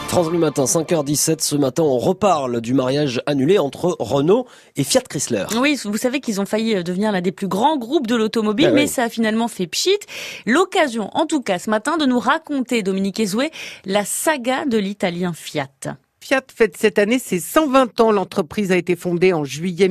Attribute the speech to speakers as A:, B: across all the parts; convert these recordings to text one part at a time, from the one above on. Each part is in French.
A: France Bleu Matin, 5h17. Ce matin, on reparle du mariage annulé entre Renault et Fiat Chrysler.
B: Oui, vous savez qu'ils ont failli devenir l'un des plus grands groupes de l'automobile, mais ça a finalement fait pchit. L'occasion, en tout cas, ce matin, de nous raconter, Dominique Ezoué, la saga de l'italien Fiat.
C: Fiat fête cette année ses 120 ans. L'entreprise a été fondée en juillet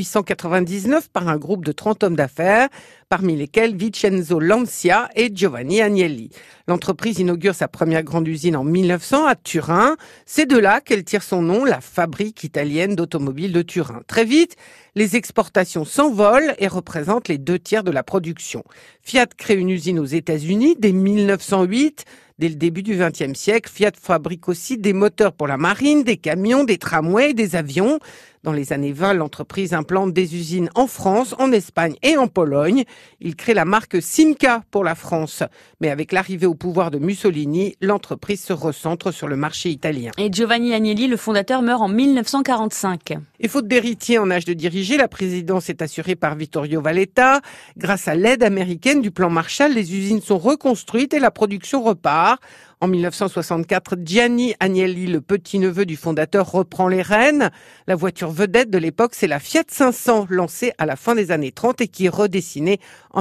C: 1899 par un groupe de 30 hommes d'affaires, parmi lesquels Vincenzo Lancia et Giovanni Agnelli. L'entreprise inaugure sa première grande usine en 1900 à Turin. C'est de là qu'elle tire son nom, la fabrique italienne d'automobiles de Turin. Très vite, les exportations s'envolent et représentent les 2/3 de la production. Fiat crée une usine aux États-Unis dès 1908. Dès le début du XXe siècle, Fiat fabrique aussi des moteurs pour la marine, des camions, des tramways et des avions. Dans les années 20, l'entreprise implante des usines en France, en Espagne et en Pologne. Il crée la marque Simca pour la France. Mais avec l'arrivée au pouvoir de Mussolini, l'entreprise se recentre sur le marché italien.
B: Et Giovanni Agnelli, le fondateur, meurt en 1945.
C: Et faute d'héritier en âge de diriger, la présidence est assurée par Vittorio Valletta. Grâce à l'aide américaine du plan Marshall, les usines sont reconstruites et la production repart. En 1964, Gianni Agnelli, le petit-neveu du fondateur, reprend les rênes. La voiture vedette de l'époque, c'est la Fiat 500, lancée à la fin des années 30 et qui est redessinée en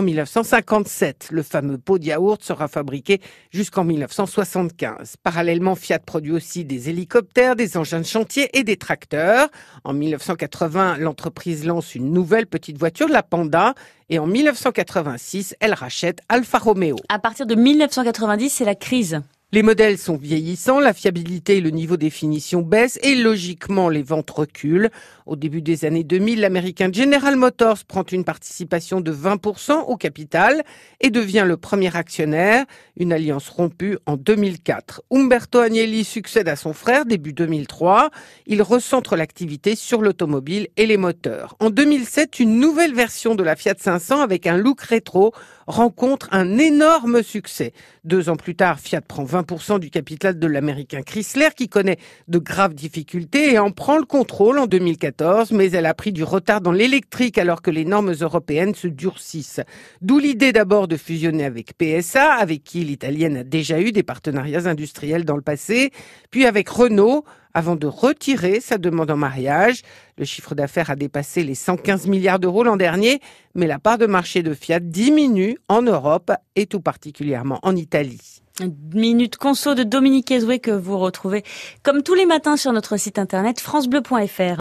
C: 1957. Le fameux pot de yaourt sera fabriqué jusqu'en 1975. Parallèlement, Fiat produit aussi des hélicoptères, des engins de chantier et des tracteurs. En 1980, l'entreprise lance une nouvelle petite voiture, la Panda. Et en 1986, elle rachète Alfa Romeo.
B: À partir de 1990, c'est la crise.
C: Les modèles sont vieillissants, la fiabilité et le niveau des finitions baissent et logiquement les ventes reculent. Au début des années 2000, l'américain General Motors prend une participation de 20% au capital et devient le premier actionnaire, une alliance rompue en 2004. Umberto Agnelli succède à son frère début 2003. Il recentre l'activité sur l'automobile et les moteurs. En 2007, une nouvelle version de la Fiat 500 avec un look rétro rencontre un énorme succès. 2 ans plus tard, Fiat prend 20% du capital de l'américain Chrysler qui connaît de graves difficultés et en prend le contrôle en 2014, mais elle a pris du retard dans l'électrique alors que les normes européennes se durcissent. D'où l'idée d'abord de fusionner avec PSA, avec qui l'italienne a déjà eu des partenariats industriels dans le passé, puis avec Renault, avant de retirer sa demande en mariage. Le chiffre d'affaires a dépassé les 115 milliards d'euros l'an dernier, mais la part de marché de Fiat diminue en Europe et tout particulièrement en Italie.
B: Minute conso de Dominique Ezoué que vous retrouvez comme tous les matins sur notre site internet francebleu.fr.